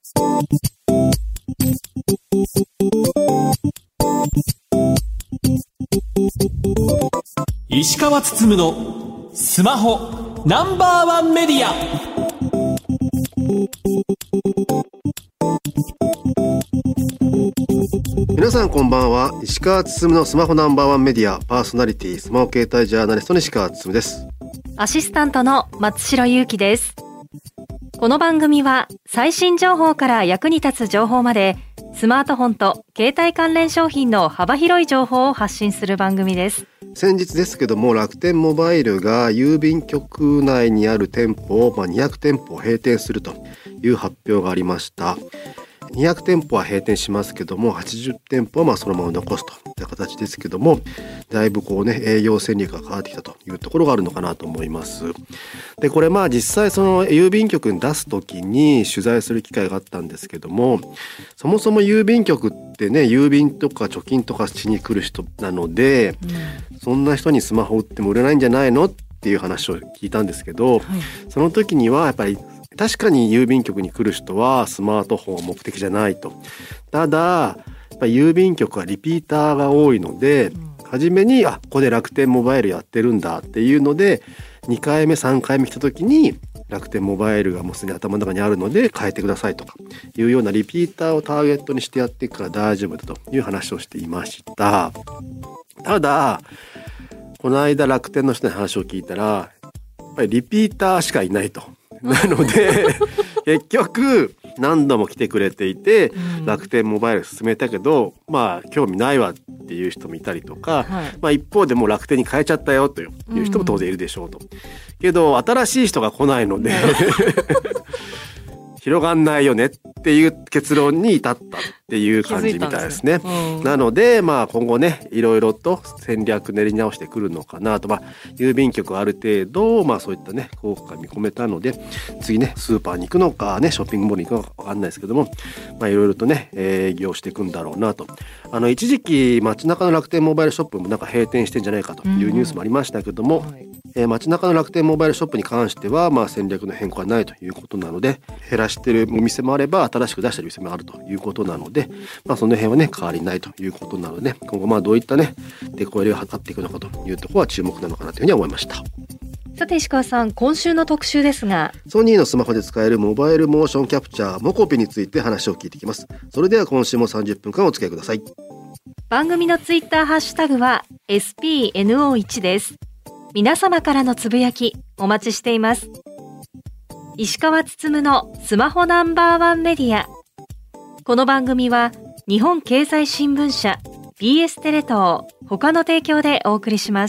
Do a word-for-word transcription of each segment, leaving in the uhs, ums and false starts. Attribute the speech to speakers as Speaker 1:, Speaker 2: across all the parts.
Speaker 1: 石川つつむのスマホナンバーワンメディア。
Speaker 2: 皆さんこんばんは。石川つつむのスマホナンバーワンメディアパーソナリティ、スマホ携帯ジャーナリストの石川つつむです。
Speaker 3: アシスタントの松代ゆうきです。この番組は最新情報から役に立つ情報まで、スマートフォンと携帯関連商品の幅広い情報を発信する番組です。
Speaker 2: 先日ですけども、楽天モバイルが郵便局内にある店舗を、まあ、にひゃくてんぽ閉店するという発表がありました。にひゃくてんぽは閉店しますけども、はちじゅってんぽはまあそのまま残すといった形ですけども、だいぶこうね営業戦略が変わってきたというところがあるのかなと思います。でこれまあ実際その郵便局に出すときに取材する機会があったんですけども、そもそも郵便局ってね、郵便とか貯金とかしに来る人なので、うん、そんな人にスマホ売っても売れないんじゃないのっていう話を聞いたんですけど、はい、その時にはやっぱり確かに郵便局に来る人はスマートフォンは目的じゃないと。ただやっぱり郵便局はリピーターが多いので、うん、初めにあここで楽天モバイルやってるんだっていうので、にかいめさんかいめ来た時に楽天モバイルがもうすでに頭の中にあるので変えてくださいとかいうようなリピーターをターゲットにしてやっていくから大丈夫だという話をしていました。ただこの間楽天の人に話を聞いたら、やっぱりリピーターしかいないと。なので結局何度も来てくれていて、うん、楽天モバイル進めたけどまあ興味ないわっていう人もいたりとか、はい、まあ、一方でもう楽天に変えちゃったよという人も当然いるでしょうと、うん、けど新しい人が来ないので広がんないよねっていう結論に至ったっていう感じみたいですね。うん、なのでまあ今後ねいろいろと戦略練り直してくるのかなと。まあ郵便局はある程度まあそういったね効果が見込めたので、次ねスーパーに行くのかねショッピングモールに行くのか分かんないですけども、まあいろいろとね営業していくんだろうなと。あの一時期街中の楽天モバイルショップもなんか閉店してんじゃないかというニュースもありましたけども、うん、はい、えー、街中の楽天モバイルショップに関してはまあ戦略の変更はないということなので、減らしてるお店もあれば新しく出してる店もあるということなので、まあその辺はね変わりないということなので、今後まあどういったねデコ入れを図っていくのかというところは注目なのかなというふうに思いました。
Speaker 3: さて石川さん、今週の特集ですが、
Speaker 2: ソニーのスマホで使えるモバイルモーションキャプチャーモコピについて話を聞いていきます。それでは今週もさんじゅっぷんかんお付き合いください。
Speaker 3: 番組のツイッターハッシュタグは エスピーエヌオーワン です。皆様からのつぶやきお待ちしています。石川つつむのスマホナンバーワンメディア。この番組は日本経済新聞社、ビーエス テレ東他の提供でお送りします。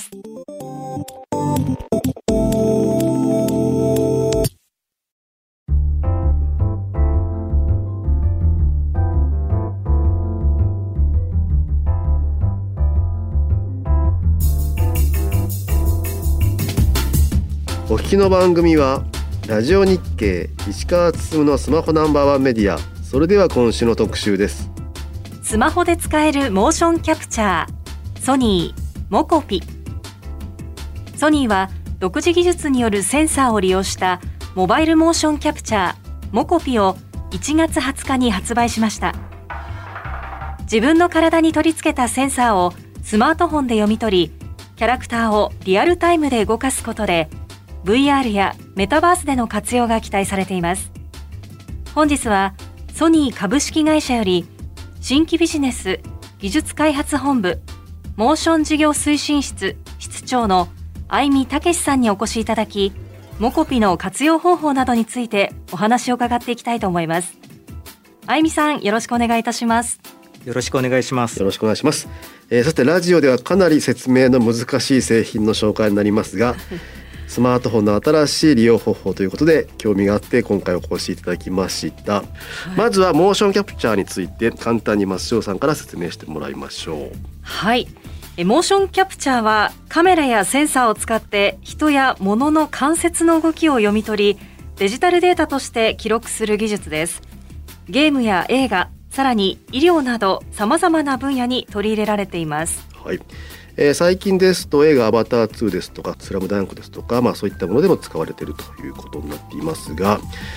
Speaker 2: お聞きの番組はラジオ日経石川つつむのスマホナンバーワンメディア。それでは今週の特集です。
Speaker 3: スマホで使えるモーションキャプチャー、ソニーモコピ。ソニーは独自技術によるセンサーを利用したモバイルモーションキャプチャーモコピをいちがつはつかに発売しました。自分の体に取り付けたセンサーをスマートフォンで読み取り、キャラクターをリアルタイムで動かすことでブイアール やメタバースでの活用が期待されています。本日はソニー株式会社より新規ビジネス技術開発本部モーション事業推進室室長の相見武さんにお越しいただき、モコピの活用方法などについてお話を伺っていきたいと思います。相見さん、よろしくお願いいたします。
Speaker 4: よろしくお願いします。
Speaker 2: よろしくお願いします。えー、そしてラジオではかなり説明の難しい製品の紹介になりますがスマートフォンの新しい利用方法ということで興味があって今回お越しいただきました。はい、まずはモーションキャプチャーについて簡単に松代さんから説明してもらいましょう。
Speaker 3: はい、えモーションキャプチャーはカメラやセンサーを使って人や物の関節の動きを読み取りデジタルデータとして記録する技術です。ゲームや映画、さらに医療などさまざまな分野に取り入れられています。
Speaker 2: はい、えー、最近ですと映画アバターツーですとかスラムダンクですとか、まあ、そういったものでも使われているということになっていますが、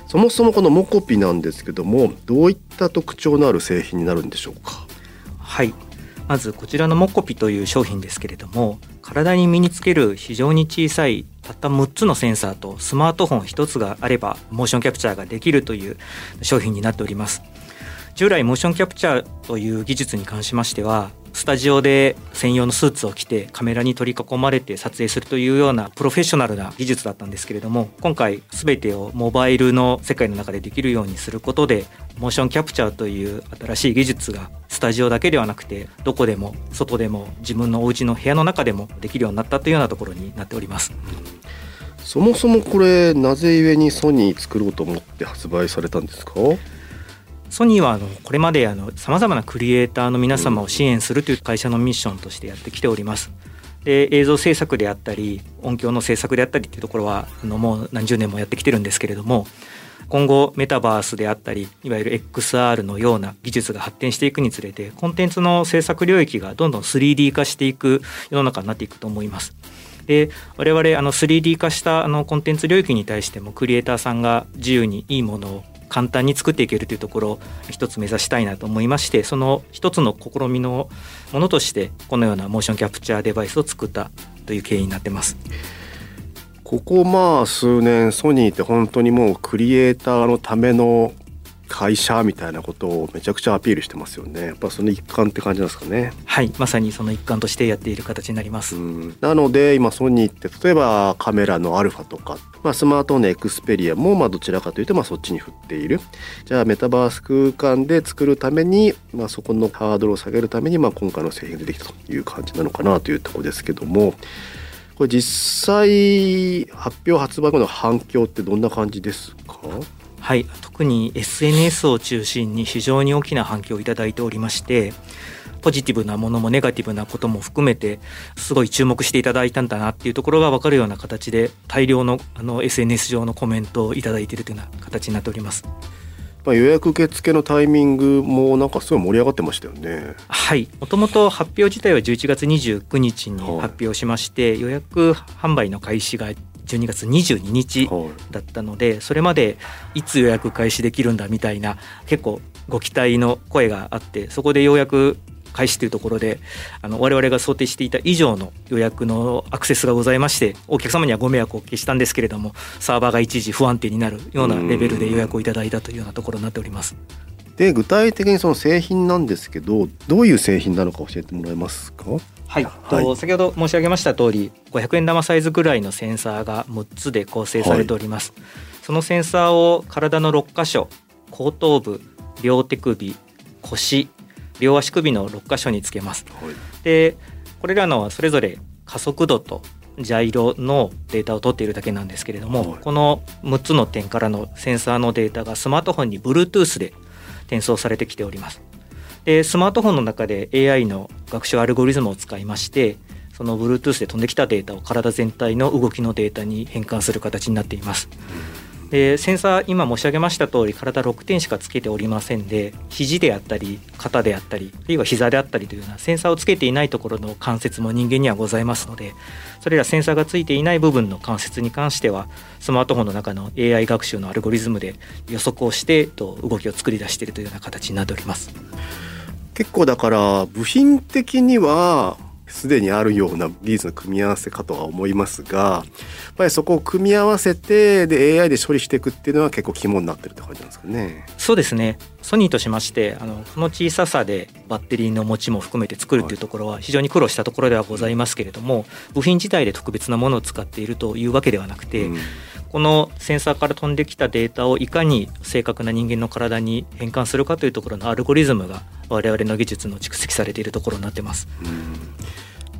Speaker 2: そもそもこのモコピなんですけども、どういった特徴のある製品になるんでしょうか？
Speaker 4: はい、まずこちらのモコピという商品ですけれども、体に身につける非常に小さいたったむっつのセンサーとスマートフォンひとつがあればモーションキャプチャーができるという商品になっております。従来モーションキャプチャーという技術に関しましては、スタジオで専用のスーツを着てカメラに取り囲まれて撮影するというようなプロフェッショナルな技術だったんですけれども、今回全てをモバイルの世界の中でできるようにすることで、モーションキャプチャーという新しい技術がスタジオだけではなくてどこでも外でも自分のお家の部屋の中でもできるようになったというようなところになっております。
Speaker 2: そもそもこれなぜ故にソニー作ろうと思って発売されたんですか？
Speaker 4: ソニーはあのこれまでさまざまなクリエイターの皆様を支援するという会社のミッションとしてやってきております。で、映像制作であったり音響の制作であったりというところはあのもう何十年もやってきてるんですけれども、今後メタバースであったりいわゆる エックスアール のような技術が発展していくにつれて、コンテンツの制作領域がどんどん スリーディー 化していく世の中になっていくと思います。で、我々あの スリーディー 化したあのコンテンツ領域に対してもクリエイターさんが自由にいいものを簡単に作っていけるというところを一つ目指したいなと思いまして、その一つの試みのものとしてこのようなモーションキャプチャーデバイスを作ったという経緯になってます。
Speaker 2: ここまあ数年ソニーって本当にもうクリエイターのための会社みたいなことをめちゃくちゃアピールしてますよね。やっぱその一環って感じなんですかね。
Speaker 4: はい、まさにその一環としてやっている形になります。
Speaker 2: うん、なので今ソニーって例えばカメラのアルファとか、まあ、スマートフォンのエクスペリアもまあどちらかというとまあそっちに振っている。じゃあメタバース空間で作るために、まあ、そこのハードルを下げるためにまあ今回の製品が出てきたという感じなのかなというところですけども、これ実際発表発売後の反響ってどんな感じですか？
Speaker 4: はい、特に エスエヌエス を中心に非常に大きな反響をいただいておりまして、ポジティブなものもネガティブなことも含めてすごい注目していただいたんだなっていうところが分かるような形で、大量のあの エスエヌエス 上のコメントをいただいているというような形になっております。
Speaker 2: まあ、予約受付のタイミングもなんかすごい盛り上がってましたよね。
Speaker 4: はい、もともと発表自体はじゅういちがつにじゅうくにちに発表しまして、はい、予約販売の開始がじゅうにがつにじゅうににちだったので、それまでいつ予約開始できるんだみたいな結構ご期待の声があって、そこでようやく開始というところで、あの我々が想定していた以上の予約のアクセスがございまして、お客様にはご迷惑をおかけしたんですけれども、サーバーが一時不安定になるようなレベルで予約をいただいたというようなところになっております。
Speaker 2: で、具体的にその製品なんですけど、どういう製品なのか教えてもらえますか？
Speaker 4: はい、はい、と先ほど申し上げました通り、ごひゃくえん玉サイズぐらいのセンサーがむっつで構成されております、はい、そのセンサーを体のろっかしょ、後頭部、両手首、腰、両足首のろっかしょにつけます、はい、でこれらのそれぞれ加速度とジャイロのデータを取っているだけなんですけれども、はい、このむっつの点からのセンサーのデータがスマートフォンに Bluetooth で転送されてきております。でスマートフォンの中で エーアイ の学習アルゴリズムを使いまして、その Bluetooth で飛んできたデータを体全体の動きのデータに変換する形になっています。でセンサー、今申し上げました通り体ろくてんしかつけておりませんで、肘であったり肩であったり、あるいは膝であったりというようなセンサーをつけていないところの関節も人間にはございますので、それらセンサーがついていない部分の関節に関してはスマートフォンの中の エーアイ 学習のアルゴリズムで予測をしてと動きを作り出しているというような形になっております。
Speaker 2: 結構だから部品的にはすでにあるような技術の組み合わせかとは思いますが、やっぱりそこを組み合わせてで エーアイ で処理していくっていうのは結構肝になってるって感じなんですかね。
Speaker 4: そうですね。ソニーとしましてあのこの小ささでバッテリーの持ちも含めて作るというところは非常に苦労したところではございますけれども、部品自体で特別なものを使っているというわけではなくて、うん、このセンサーから飛んできたデータをいかに正確な人間の体に変換するかというところのアルゴリズムが我々の技術の蓄積されているところになってます。うん、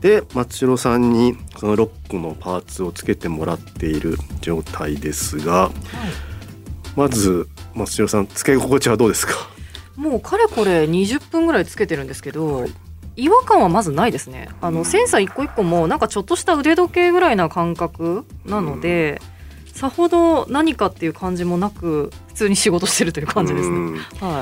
Speaker 2: で松代さんにそのろっこのパーツをつけてもらっている状態ですが、はい、まず松代さんつけ心地はどうですか？
Speaker 5: もうかれこれにじゅっぷんぐらいつけてるんですけど、はい、違和感はまずないですね。あの、うん、センサー一個一個もなんかちょっとした腕時計ぐらいな感覚なので、うん、さほど何かっていう感じもなく普通に仕事してるという感じですね。うん、はい、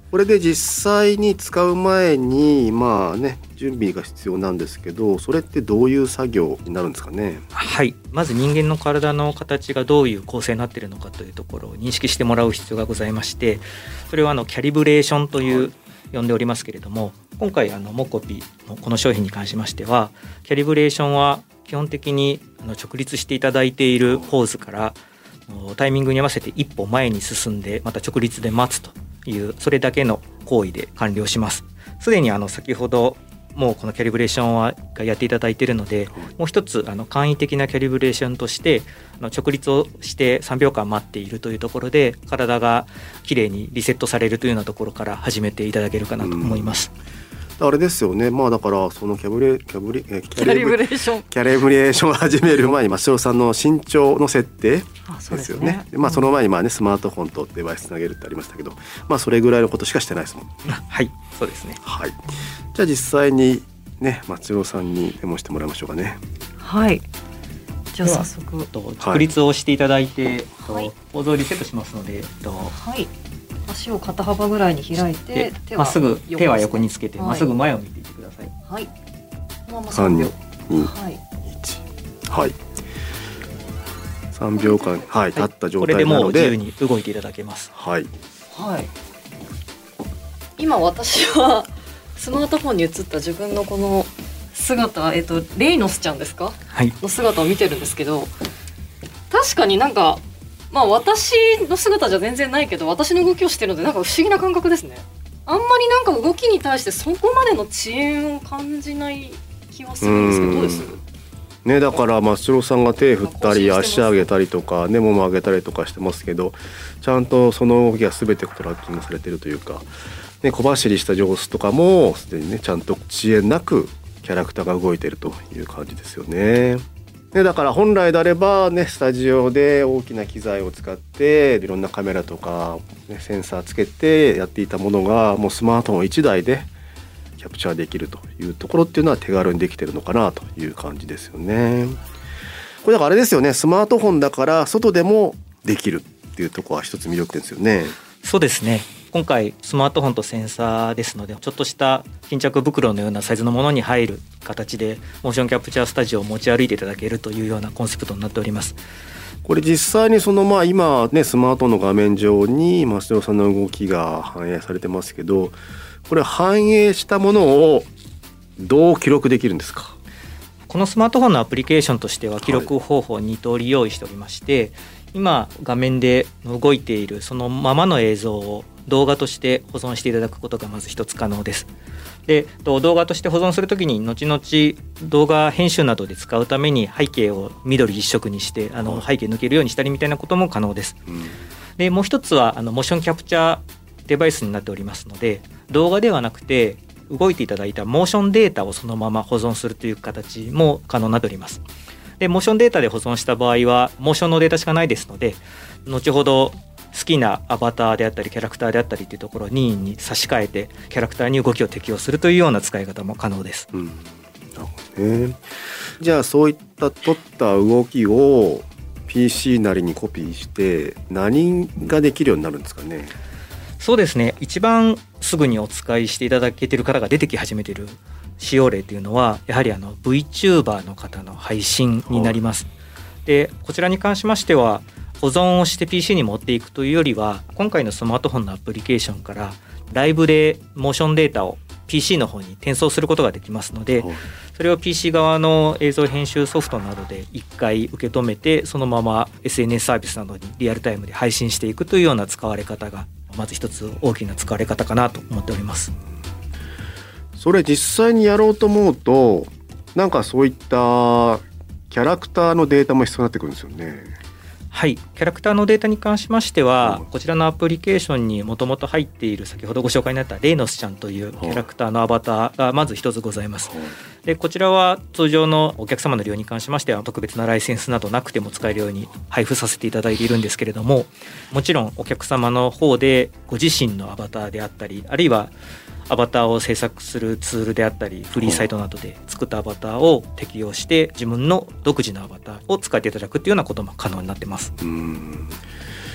Speaker 2: これで実際に使う前にまあね準備が必要なんですけど、それってどういう作業になるんですかね。
Speaker 4: はい、まず人間の体の形がどういう構成になっているのかというところを認識してもらう必要がございまして、それはあのキャリブレーションという、はい、呼んでおりますけれども、今回あのモコピのこの商品に関しましてはキャリブレーションは基本的にあの直立していただいているポーズからタイミングに合わせて一歩前に進んでまた直立で待つというそれだけの行為で完了します。すでにあの先ほどもうこのキャリブレーションはやっていただいているので、もう一つあの簡易的なキャリブレーションとしてあの直立をしてさんびょうかん待っているというところで体がきれいにリセットされるというようなところから始めていただけるかなと思います。
Speaker 2: あれですよね、まあだからそのキャブレキャブレえ
Speaker 5: キャリブレーション
Speaker 2: キャリブレーションを始める前に松代さんの身長の設定ですよね。まあその前にまあねスマートフォンとデバイスつなげるってありましたけど、まあそれぐらいのことしかしてないですもん。
Speaker 4: はい、そうですね。
Speaker 2: はい。じゃあ実際にね松代さんにデモしてもらいましょうかね。
Speaker 5: はい。じゃあ早速
Speaker 4: 直立をしていただいて、
Speaker 5: はい、
Speaker 4: 構造をリセットしますので、
Speaker 5: はい。足を肩幅ぐらいに開いて、
Speaker 4: まっすぐ手は横につけてまっすぐ前を見ていてください。
Speaker 5: はい。
Speaker 2: さん、に、いち、はい。さんびょうかん、はい、立った状態なので、
Speaker 4: これでもう自由に動いていただけます。
Speaker 2: はい。
Speaker 5: はい。今私はスマートフォンに映った自分のこの姿、えっとレイノスちゃんですか？
Speaker 4: はい。
Speaker 5: の姿を見てるんですけど、確かになんか。まあ私の姿じゃ全然ないけど私の動きをしてるのでなんか不思議な感覚ですね。あんまりなんか動きに対してそこまでの遅延を感じない気はするんですけど、どうです
Speaker 2: ね。だから松代さんが手振ったり足上げたりとかねもも上げたりとかしてますけど、ちゃんとその動きが全てトラッキングされてるというか、ね、小走りした様子とかもすでにねちゃんと遅延なくキャラクターが動いているという感じですよね。でだから本来であればねスタジオで大きな機材を使っていろんなカメラとか、ね、センサーつけてやっていたものがもうスマートフォンいちだいでキャプチャーできるというところっていうのは手軽にできてるのかなという感じですよね。これだからあれですよね、スマートフォンだから外でもできるっていうところは一つ魅力点ですよね。
Speaker 4: そうですね。今回スマートフォンとセンサーですのでちょっとした巾着袋のようなサイズのものに入る形でモーションキャプチャースタジオを持ち歩いていただけるというようなコンセプトになっております。
Speaker 2: これ実際にそのまあ今ねスマートフォンの画面上に松代さんの動きが反映されてますけど、これ反映したものをどう記録できるんですか？
Speaker 4: このスマートフォンのアプリケーションとしては記録方法に通り用意しておりまして、はい、今画面で動いているそのままの映像を動画として保存していただくことがまず一つ可能です。で動画として保存するときに後々動画編集などで使うために背景を緑一色にしてあの背景抜けるようにしたりみたいなことも可能です。うん、でもう一つはあのモーションキャプチャーデバイスになっておりますので、動画ではなくて動いていただいたモーションデータをそのまま保存するという形も可能になっております。でモーションデータで保存した場合はモーションのデータしかないですので、後ほど好きなアバターであったりキャラクターであったりというところを任意に差し替えてキャラクターに動きを適用するというような使い方も可能です。うん、なる
Speaker 2: ほどね。じゃあそういった撮った動きを ピーシー なりにコピーして何ができるようになるんですかね？
Speaker 4: そうですね、一番すぐにお使いしていただけている方が出てき始めている使用例というのはやはりあの VTuber の方の配信になります。でこちらに関しましては保存をして ピーシー に持っていくというよりは今回のスマートフォンのアプリケーションからライブでモーションデータを ピーシー の方に転送することができますので、それを ピーシー 側の映像編集ソフトなどで一回受け止めてそのまま エスエヌエス サービスなどにリアルタイムで配信していくというような使われ方がまず一つ大きな使われ方かなと思っております。
Speaker 2: それ実際にやろうと思うとなんかそういったキャラクターのデータも必要になってくるんですよね。
Speaker 4: はい、キャラクターのデータに関しましてはこちらのアプリケーションにもともと入っている先ほどご紹介になったレイノスちゃんというキャラクターのアバターがまず一つございます。でこちらは通常のお客様の利用に関しましては特別なライセンスなどなくても使えるように配布させていただいているんですけれども、もちろんお客様の方でご自身のアバターであったりあるいはアバターを制作するツールであったりフリーサイトなどで作ったアバターを適用して自分の独自のアバターを使っていただくっていうようなことも可能になってます。
Speaker 2: うん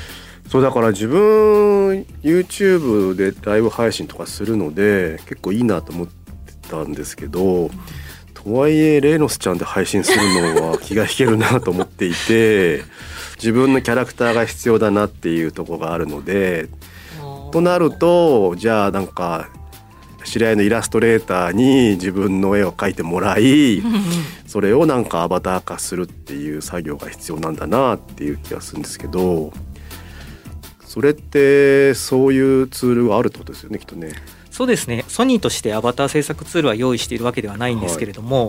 Speaker 2: そうだから自分 YouTube でライブ配信とかするので結構いいなと思ってたんですけど、とはいえレイノスちゃんで配信するのは気が引けるなと思っていて自分のキャラクターが必要だなっていうところがあるので、となるとじゃあなんか知り合いのイラストレーターに自分の絵を描いてもらいそれをなんかアバター化するっていう作業が必要なんだなっていう気がするんですけど、それってそういうツールがあるってことですよね、きっとね。
Speaker 4: そうですね、ソニーとしてアバター制作ツールは用意しているわけではないんですけれども、はい、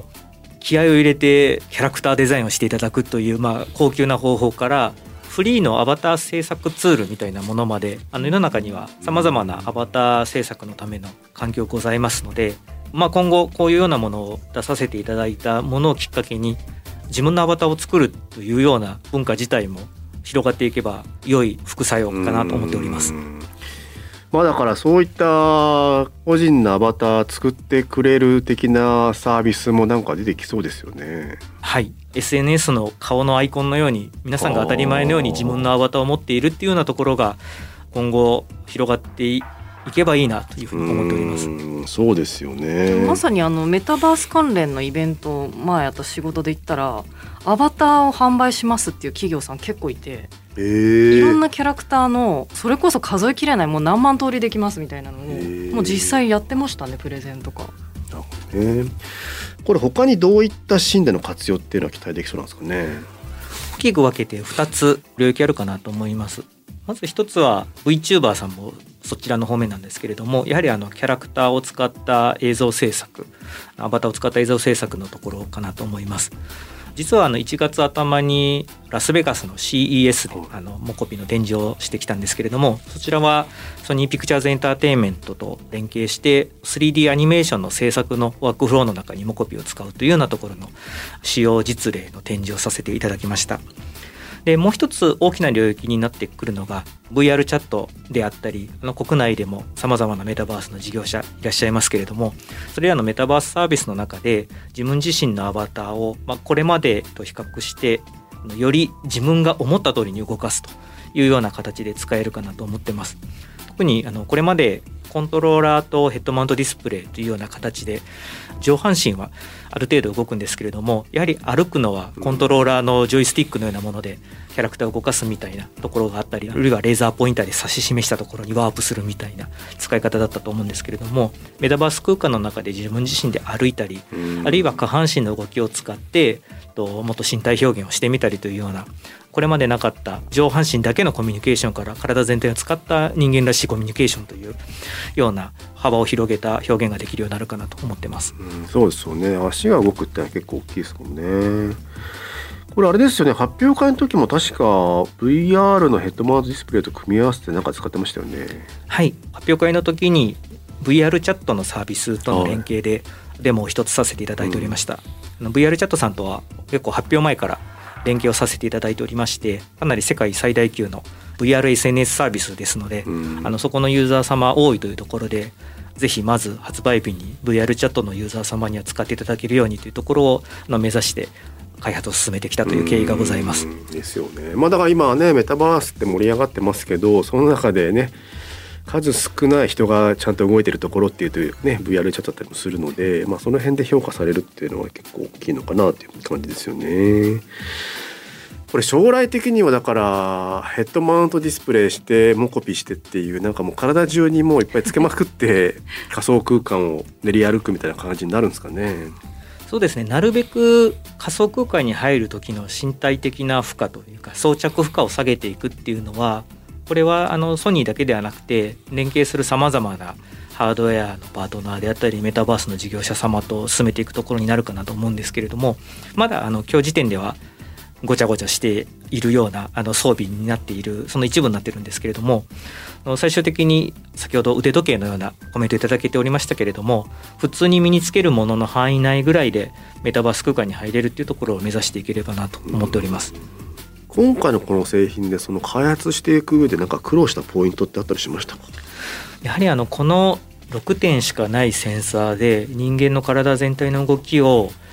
Speaker 4: 気合を入れてキャラクターデザインをしていただくという、まあ、高級な方法からフリーのアバター制作ツールみたいなものまで、あの世の中にはさまざまなアバター制作のための環境ございますので、まあ、今後こういうようなものを出させていただいたものをきっかけに自分のアバターを作るというような文化自体も広がっていけば良い副作用かなと思っております。
Speaker 2: まあ、だからそういった個人のアバター作ってくれる的なサービスもなんか出てきそうですよね。
Speaker 4: はい、エスエヌエス の顔のアイコンのように皆さんが当たり前のように自分のアバターを持っているっていうようなところが今後広がっていけばいいなというふうに思っております。
Speaker 2: うん、そうですよね。
Speaker 5: まさにあのメタバース関連のイベント前私仕事で行ったらアバターを販売しますっていう企業さん結構いて、
Speaker 2: えー、
Speaker 5: いろんなキャラクターのそれこそ数えきれないもう何万通りできますみたいなのを、えー、もう実際やってましたね、プレゼンとか。
Speaker 2: なるほどね。これ他にどういったシーンでの活用っていうのは期待できそうなんですかね。
Speaker 4: 大きく分けてふたつ領域あるかなと思います。まずひとつは VTuber さんもそちらの方面なんですけれども、やはりあのキャラクターを使った映像制作、アバターを使った映像制作のところかなと思います。実はあのいちがつ頭にラスベガスの シーイーエス であのモコピの展示をしてきたんですけれども、そちらはソニーピクチャーズエンターテインメントと連携して スリーディー アニメーションの制作のワークフローの中にモコピを使うというようなところの使用実例の展示をさせていただきました。でもう一つ大きな領域になってくるのが ブイアール チャットであったり、あの国内でもさまざまなメタバースの事業者いらっしゃいますけれども、それらのメタバースサービスの中で自分自身のアバターを、まあ、これまでと比較してより自分が思った通りに動かすというような形で使えるかなと思ってます。特にあのこれまでコントローラーとヘッドマウントディスプレイというような形で上半身はある程度動くんですけれども、やはり歩くのはコントローラーのジョイスティックのようなものでキャラクターを動かすみたいなところがあったり、あるいはレーザーポインターで指し示したところにワープするみたいな使い方だったと思うんですけれども、メタバース空間の中で自分自身で歩いたり、あるいは下半身の動きを使ってともっと身体表現をしてみたりというような、これまでなかった上半身だけのコミュニケーションから体全体を使った人間らしいコミュニケーションというような幅を広げた表現ができるようになるかなと思ってます。
Speaker 2: うん、そうですよね。足が動くってのは結構大きいですもんね。これあれですよね、発表会の時も確か ブイアール のヘッドマウントディスプレイと組み合わせて何か使ってましたよね。
Speaker 4: はい、発表会の時に ブイアール チャットのサービスとの連携でデモを一つさせていただいておりました。うん、ブイアール チャットさんとは結構発表前から連携をさせていただいておりまして、かなり世界最大級の ブイアールエスエヌエス サービスですので、うん、あのそこのユーザー様多いというところで、ぜひまず発売日に ブイアール チャットのユーザー様には使っていただけるようにというところを目指して開発を進めてきたという経緯がございます。
Speaker 2: ですよね。まあ、だから今はねメタバースって盛り上がってますけど、その中でね数少ない人がちゃんと動いてるところっていうとね ブイアール チャットだったりもするので、まあ、その辺で評価されるっていうのは結構大きいのかなっていう感じですよね。これ将来的にはだからヘッドマウントディスプレイしてモコピしてっていう、なんかもう体中にもういっぱいつけまくって仮想空間を練り歩くみたいな感じになるんですかね。
Speaker 4: そうですね、なるべく仮想空間に入る時の身体的な負荷というか装着負荷を下げていくっていうのは、これはあのソニーだけではなくて連携するさまざまなハードウェアのパートナーであったりメタバースの事業者様と進めていくところになるかなと思うんですけれども、まだあの今日時点ではごちゃごちゃしているようなあの装備になっているその一部になっているんですけれども、最終的に先ほど腕時計のようなコメントいただけておりましたけれども、普通に身につけるものの範囲内ぐらいでメタバース空間に入れるっていうところを目指していければなと思っております。
Speaker 2: 今回のこの製品でその開発していく上で何か苦労したポイントってあったりしましたか？
Speaker 4: やはりあのこのろくてんしかないセンサーで人間の体全体の動きを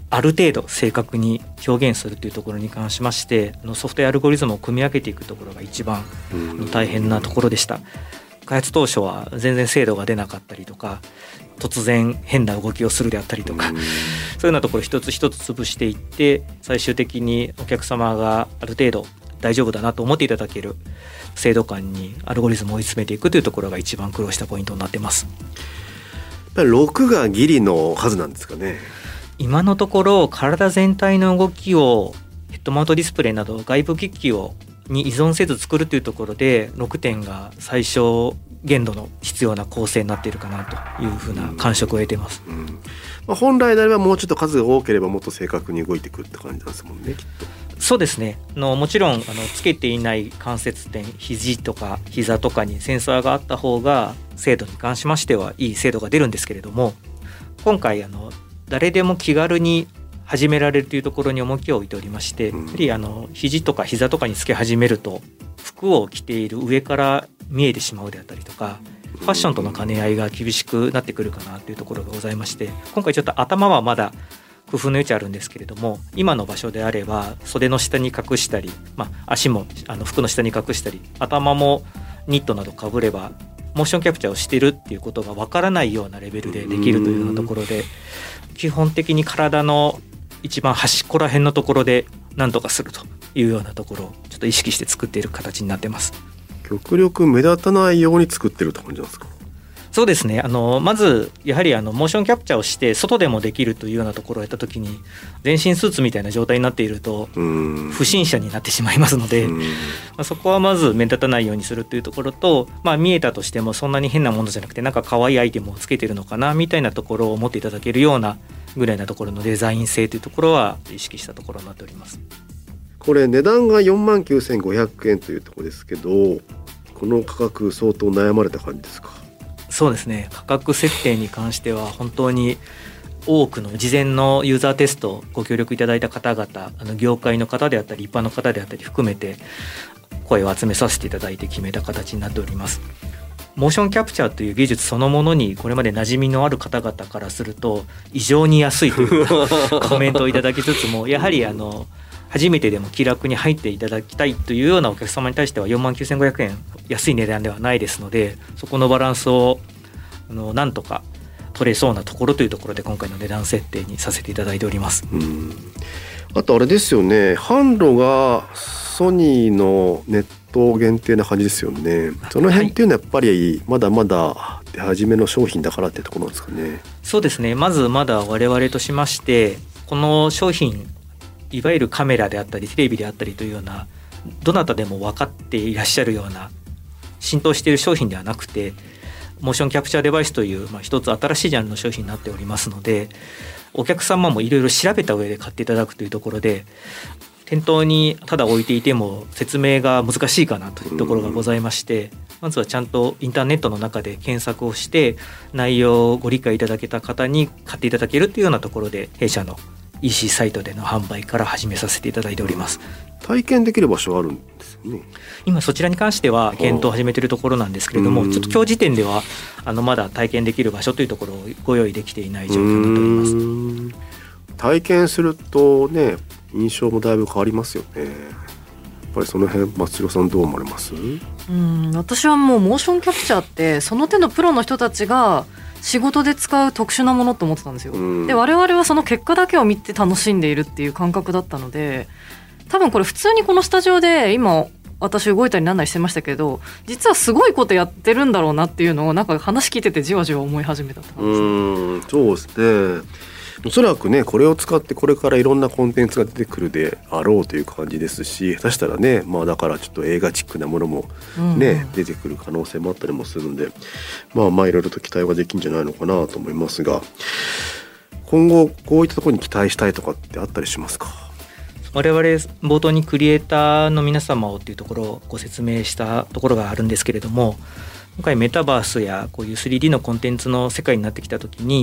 Speaker 4: ある程度正確に表現するというところに関しましてあのソフトウェアアルゴリズムを組み上げていくところが一番大変なところでした。開発当初は全然精度が出なかったりとか突然変な動きをするであったりとかそういうようなところ一つ一つ潰していって最終的にお客様がある程度大丈夫だなと思っていただける精度感にアルゴリズムを追い詰めていくというところが一番苦労したポイントになっています。
Speaker 2: やっぱりろくがギリの数なんですかね。
Speaker 4: 今のところ体全体の動きをヘッドマウントディスプレイなど外部機器をに依存せず作るというところでろくてんが最小限度の必要な構成になっているかなというふうな感触を得ています、うんうん
Speaker 2: まあ、本来であればもうちょっと数が多ければもっと正確に動いてくるって感じなんですもんねきっと。
Speaker 4: そうですねのもちろんあのつけていない関節点肘とか膝とかにセンサーがあった方が精度に関しましてはいい精度が出るんですけれども今回あの誰でも気軽に始められるというところに重きを置いておりまして、うん、やはりあの肘とか膝とかにつけ始めると服を着ている上から見えてしまうであったりとかファッションとの兼ね合いが厳しくなってくるかなというところがございまして今回ちょっと頭はまだ工夫の余地あるんですけれども今の場所であれば袖の下に隠したり、まあ、足もあの服の下に隠したり頭もニットなどかぶればモーションキャプチャーをしているっていうことがわからないようなレベルでできるというようなところで基本的に体の一番端っこら辺のところで何とかするというようなところをちょっと意識して作っている形になってます。
Speaker 2: 極力目立たないように作ってるって感じなんですか。
Speaker 4: そうですねあのまずやはりあのモーションキャプチャーをして外でもできるというようなところをやった時に全身スーツみたいな状態になっていると不審者になってしまいますので、まあ、そこはまず目立たないようにするというところと、まあ、見えたとしてもそんなに変なものじゃなくてなんか可愛いアイテムをつけてるのかなみたいなところを思っていただけるようなぐらいなところのデザイン性というところは意識したところになっております。
Speaker 2: これ値段が よんまんきゅうせんごひゃくえんというところですけどこの価格相当悩まれた感じですか。
Speaker 4: そうですね価格設定に関しては本当に多くの事前のユーザーテストをご協力いただいた方々あの業界の方であったり一般の方であったり含めて声を集めさせていただいて決めた形になっております。モーションキャプチャーという技術そのものにこれまで馴染みのある方々からすると異常に安いというコメントをいただきつつもやはりあの初めてでも気楽に入っていただきたいというようなお客様に対しては よんまんきゅうせんごひゃくえん安い値段ではないですのでそこのバランスをあのなんとか取れそうなところというところで今回の値段設定にさせていただいております。
Speaker 2: うんあとあれですよね販路がソニーのネット限定な感じですよね。その辺っていうのはやっぱりまだまだ出始めの商品だからってところなんですかね。
Speaker 4: そうですねまずまだ我々としましてこの商品いわゆるカメラであったりテレビであったりというようなどなたでも分かっていらっしゃるような浸透している商品ではなくてモーションキャプチャーデバイスという、まあ、一つ新しいジャンルの商品になっておりますのでお客様もいろいろ調べた上で買っていただくというところで店頭にただ置いていても説明が難しいかなというところがございましてまずはちゃんとインターネットの中で検索をして内容をご理解いただけた方に買っていただけるというようなところで弊社のイーシー サイトでの販売から始めさせていただいております。
Speaker 2: 体験できる場所があるんですよね。
Speaker 4: 今そちらに関しては検討を始めているところなんですけれどもちょっと今日時点ではあのまだ体験できる場所というところをご用意できていない状況になっております。
Speaker 2: 体験するとね印象もだいぶ変わりますよね。やっぱりその辺松代さんどう思われます？
Speaker 5: うん私はもうモーションキャプチャーってその手のプロの人たちが仕事で使う特殊なものと思ってたんですよ。で我々はその結果だけを見て楽しんでいるっていう感覚だったので多分これ普通にこのスタジオで今私動いたりなんなりしてましたけど実はすごいことやってるんだろうなっていうのをなんか話聞いててじわじわ思い始めたって感じですね。
Speaker 2: うんそうですねおそらくねこれを使ってこれからいろんなコンテンツが出てくるであろうという感じですし下手したらねまあだからちょっと映画チックなものもね、うんうん、出てくる可能性もあったりもするんでまあまあいろいろと期待はできるんじゃないのかなと思いますが今後こういったところに期待したいとかってあったりしますか？
Speaker 4: 我々冒頭にクリエイターの皆様をというところをご説明したところがあるんですけれども今回メタバースやこういう スリーディー のコンテンツの世界になってきた時に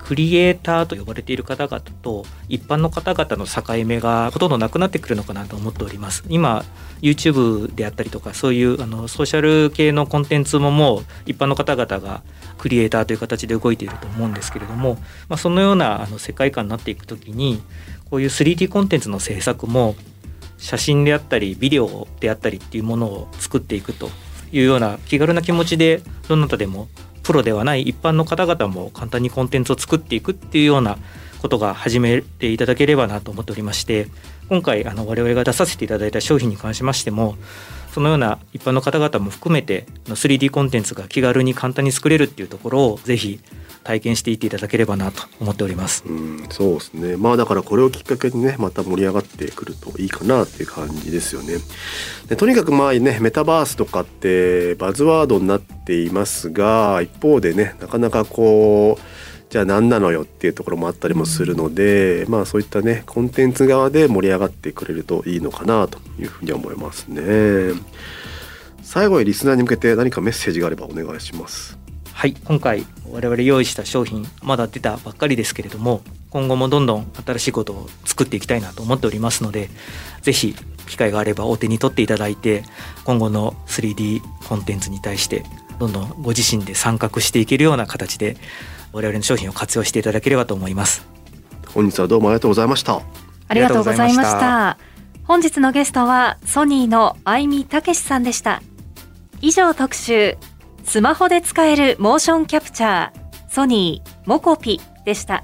Speaker 4: クリエイターと呼ばれている方々と一般の方々の境目がほとんどなくなってくるのかなと思っております。今 YouTube であったりとかそういうあのソーシャル系のコンテンツももう一般の方々がクリエイターという形で動いていると思うんですけれども、まあ、そのようなあの世界観になっていくときにこういう スリーディー コンテンツの制作も写真であったりビデオであったりっていうものを作っていくというような気軽な気持ちでどなたでもプロではない一般の方々も簡単にコンテンツを作っていくっていうようなことが始めていただければなと思っておりまして、今回あの我々が出させていただいた商品に関しましてもそのような一般の方々も含めて スリーディー コンテンツが気軽に簡単に作れるっていうところをぜひ体験していっていただければなと思っております。
Speaker 2: うん、そうですね。まあだからこれをきっかけにねまた盛り上がってくるといいかなっていう感じですよね。でとにかくまあねメタバースとかってバズワードになっていますが、一方でねなかなかこうじゃあ何なのよっていうところもあったりもするので、まあそういったねコンテンツ側で盛り上がってくれるといいのかなというふうに思いますね。最後にリスナーに向けて何かメッセージがあればお願いします。
Speaker 4: はい、今回我々用意した商品まだ出たばっかりですけれども、今後もどんどん新しいことを作っていきたいなと思っておりますので、ぜひ機会があればお手に取っていただいて今後の スリーディー コンテンツに対してどんどんご自身で参画していけるような形で我々の商品を活用していただければと思います。
Speaker 2: 本日はどうもありがとうございました。
Speaker 3: ありがとうございました。本日のゲストはソニーの相見武さんでした。以上特集スマホで使えるモーションキャプチャーソニーモコピでした。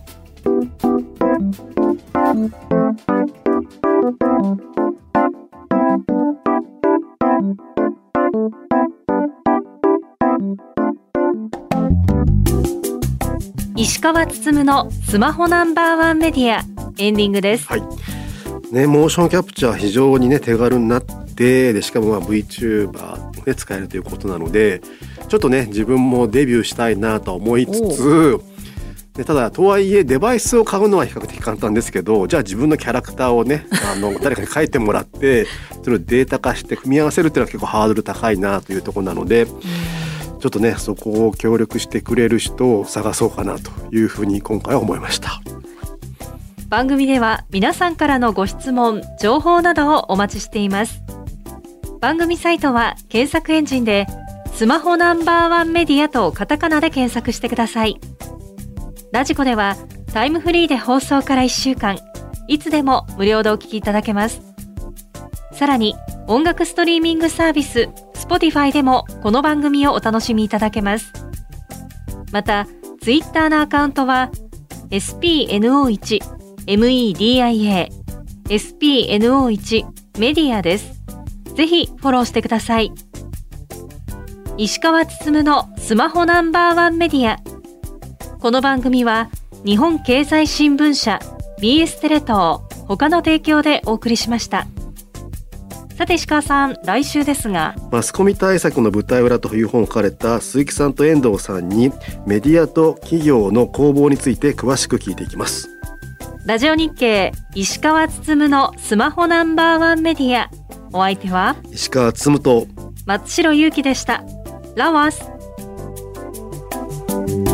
Speaker 3: 石川つつむのスマホナンバーワンメディアエンディングです。
Speaker 2: はいね、モーションキャプチャー非常にね手軽になってでしかもまあ VTuber で使えるということなのでちょっとね自分もデビューしたいなと思いつつでただとはいえデバイスを買うのは比較的簡単ですけど、じゃあ自分のキャラクターをねあの誰かに書いてもらってそれをデータ化して組み合わせるっていうのは結構ハードル高いなというところなので、ちょっとねそこを協力してくれる人を探そうかなというふうに今回は思いました。
Speaker 3: 番組では皆さんからのご質問情報などをお待ちしています。番組サイトは検索エンジンでスマホナンバーワンメディアとカタカナで検索してください。ラジコではタイムフリーで放送からいっしゅうかんいつでも無料でお聞きいただけます。さらに音楽ストリーミングサービス Spotify でもこの番組をお楽しみいただけます。またツイッターのアカウントは エスピーエヌオーワン メディア エスピーエヌオーワン メディアです。ぜひフォローしてください。石川つつむのスマホナンバーワンメディア。この番組は日本経済新聞社 ビーエス テレ東他の提供でお送りしました。さて石川さん、来週ですが
Speaker 2: マスコミ対策の舞台裏という本を書かれた鈴木さんと遠藤さんにメディアと企業の攻防について詳しく聞いていきます。
Speaker 3: ラジオ日経石川つつむのスマホナンバーワンメディア、お相手は
Speaker 2: 石川つつむと
Speaker 3: 松代ゆうきでした。ラワス。